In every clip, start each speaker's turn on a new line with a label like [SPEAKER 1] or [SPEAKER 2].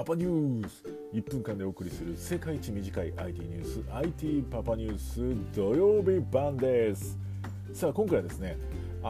[SPEAKER 1] パニュース。1分間でお送りする世界一短い IT ニュース IT パパニュース土曜日版です。さあ今回はですね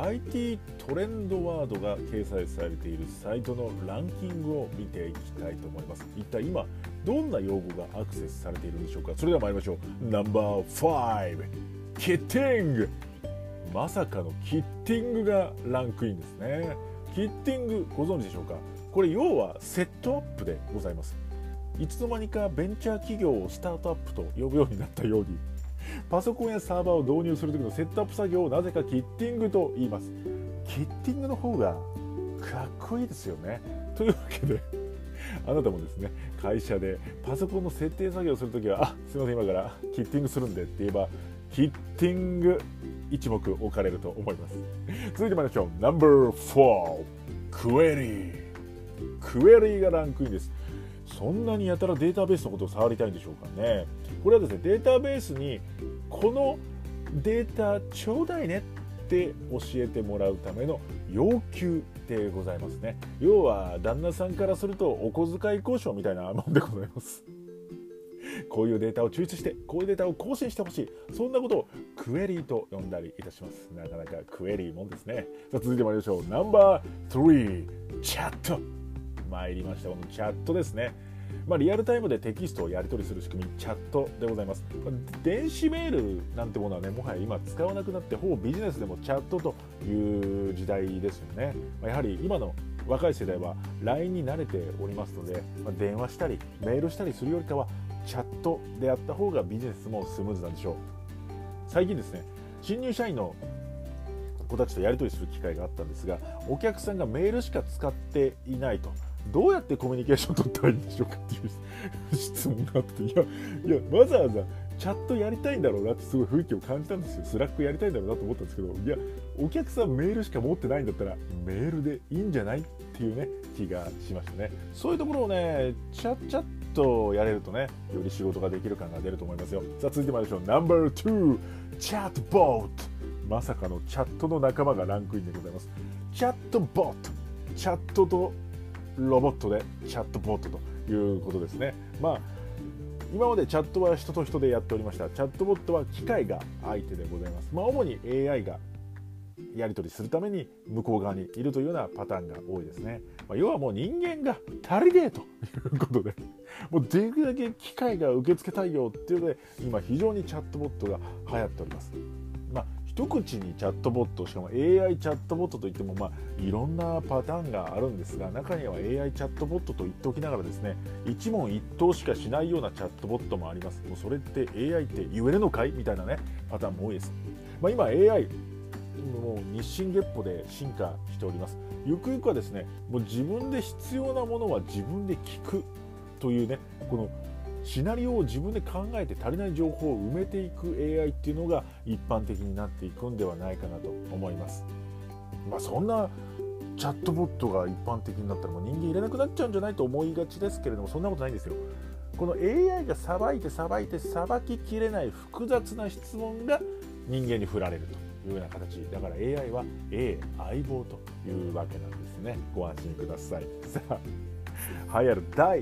[SPEAKER 1] IT トレンドワードが掲載されているサイトのランキングを見ていきたいと思います。一体今どんな用語がアクセスされているんでしょうか。それでは参りましょう。ナンバー5、キッティング。まさかのキッティングがランクインですね。キッティングご存知でしょうか。これ要はセットアップでございます。いつの間にかベンチャー企業をスタートアップと呼ぶようになったように、パソコンやサーバーを導入する時のセットアップ作業をなぜかキッティングと言います。キッティングの方がかっこいいですよね。というわけであなたもですね、会社でパソコンの設定作業をするときはすいません今からキッティングするんでって言えばキッティング一目置かれると思います。続いてまいりましょう。ナンバー4、クエリー。クエリーがランクインです。そんなにやたらデータベースのことを触りたいんでしょうかね。これはですね、データベースにこのデータちょうだいねって教えてもらうための要求でございますね。要は旦那さんからするとお小遣い交渉みたいなもんでございます。こういうデータを抽出してこういうデータを更新してほしい、そんなことをクエリーと呼んだりいたします。なかなかクエリーもんですね。さあ続いてまいりましょう。ナンバー3、チャット。参りました。このチャットですね。リアルタイムでテキストをやり取りする仕組み、チャットでございます。電子メールなんてものはね、もはや今使わなくなって、ほぼビジネスでもチャットという時代ですよね。やはり今の若い世代は LINE に慣れておりますので、電話したりメールしたりするよりかはチャットであった方がビジネスもスムーズなんでしょう。最近ですね、新入社員の子たちとやり取りする機会があったんですが、お客さんがメールしか使っていないと、どうやってコミュニケーションを取ったらいいんでしょうかっていう質問があって、いやわざわざチャットやりたいんだろうなってすごい雰囲気を感じたんですよ。スラックやりたいんだろうなと思ったんですけど、いやお客さんメールしか持ってないんだったらメールでいいんじゃないっていうね気がしましたね。そういうところをねチャッとやれるとね、より仕事ができる感が出ると思いますよ。さあ続いてまいりましょう。ナンバー2、チャットボット。まさかのチャットの仲間がランクインでございます。チャットボット、チャットとロボットでチャットボットということですね。今までチャットは人と人でやっておりました。チャットボットは機械が相手でございます。主に AI がやり取りするために向こう側にいるというようなパターンが多いですね。要はもう人間が足りねえということで、もうできるだけ機械が受け付けたいよっていうので、今非常にチャットボットが流行っております。一口にチャットボット、しかも AI チャットボットといってもいろんなパターンがあるんですが、中には AI チャットボットと言っておきながらですね、一問一答しかしないようなチャットボットもあります。もうそれって AI って言えるのかいみたいなねパターンも多いです。今 AI もう日進月歩で進化しております。ゆくゆくはですね、もう自分で必要なものは自分で聞くというね、このシナリオを自分で考えて足りない情報を埋めていく AI っていうのが一般的になっていくんではないかなと思います。そんなチャットボットが一般的になったらもう人間いらなくなっちゃうんじゃないと思いがちですけれども、そんなことないんですよ。この AI がさばいてさばききれない複雑な質問が人間に振られるというような形だから、 AI は相棒というわけなんですね。ご安心ください。さあ流行る第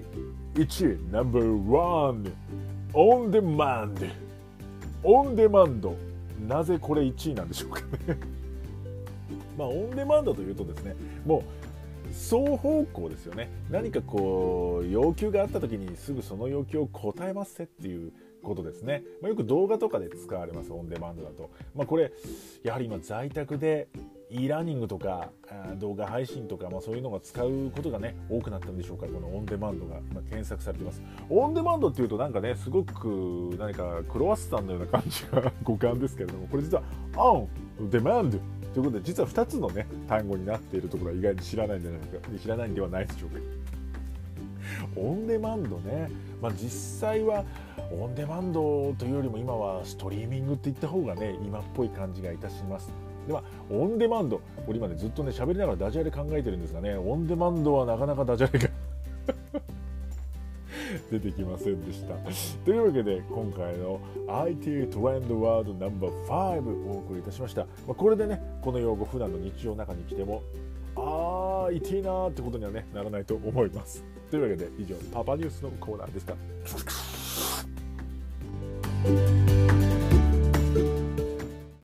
[SPEAKER 1] 1位、ナンバー1、オンデマンド。オンデマンド、なぜこれ1位なんでしょうかね。オンデマンドというとですね、もう双方向ですよね。何か要求があった時にすぐその要求を答えますっていうことですね。よく動画とかで使われます。オンデマンドだと、これやはり今在宅でe ラーニングとか動画配信とか、そういうのが使うことがね多くなったんでしょうか。このオンデマンドが今検索されています。オンデマンドっていうとすごく何かクロワッサンのような感じが五感ですけれども、これ実はオンデマンドということで、実は2つのね単語になっているところは意外に知らないんではないでしょうか。オンデマンドね、実際はオンデマンドというよりも今はストリーミングって言った方がね今っぽい感じがいたします。ではオンデマンド、これ今ねずっとね喋りながらダジャレ考えてるんですがね、オンデマンドはなかなかダジャレが出てきませんでした。というわけで今回の IT トレンドワードナンバー5をお送りいたしました。これでねこの用語普段の日常の中に来ても痛いなーってことにはねならないと思います。というわけで以上パパニュースのコーナーでした。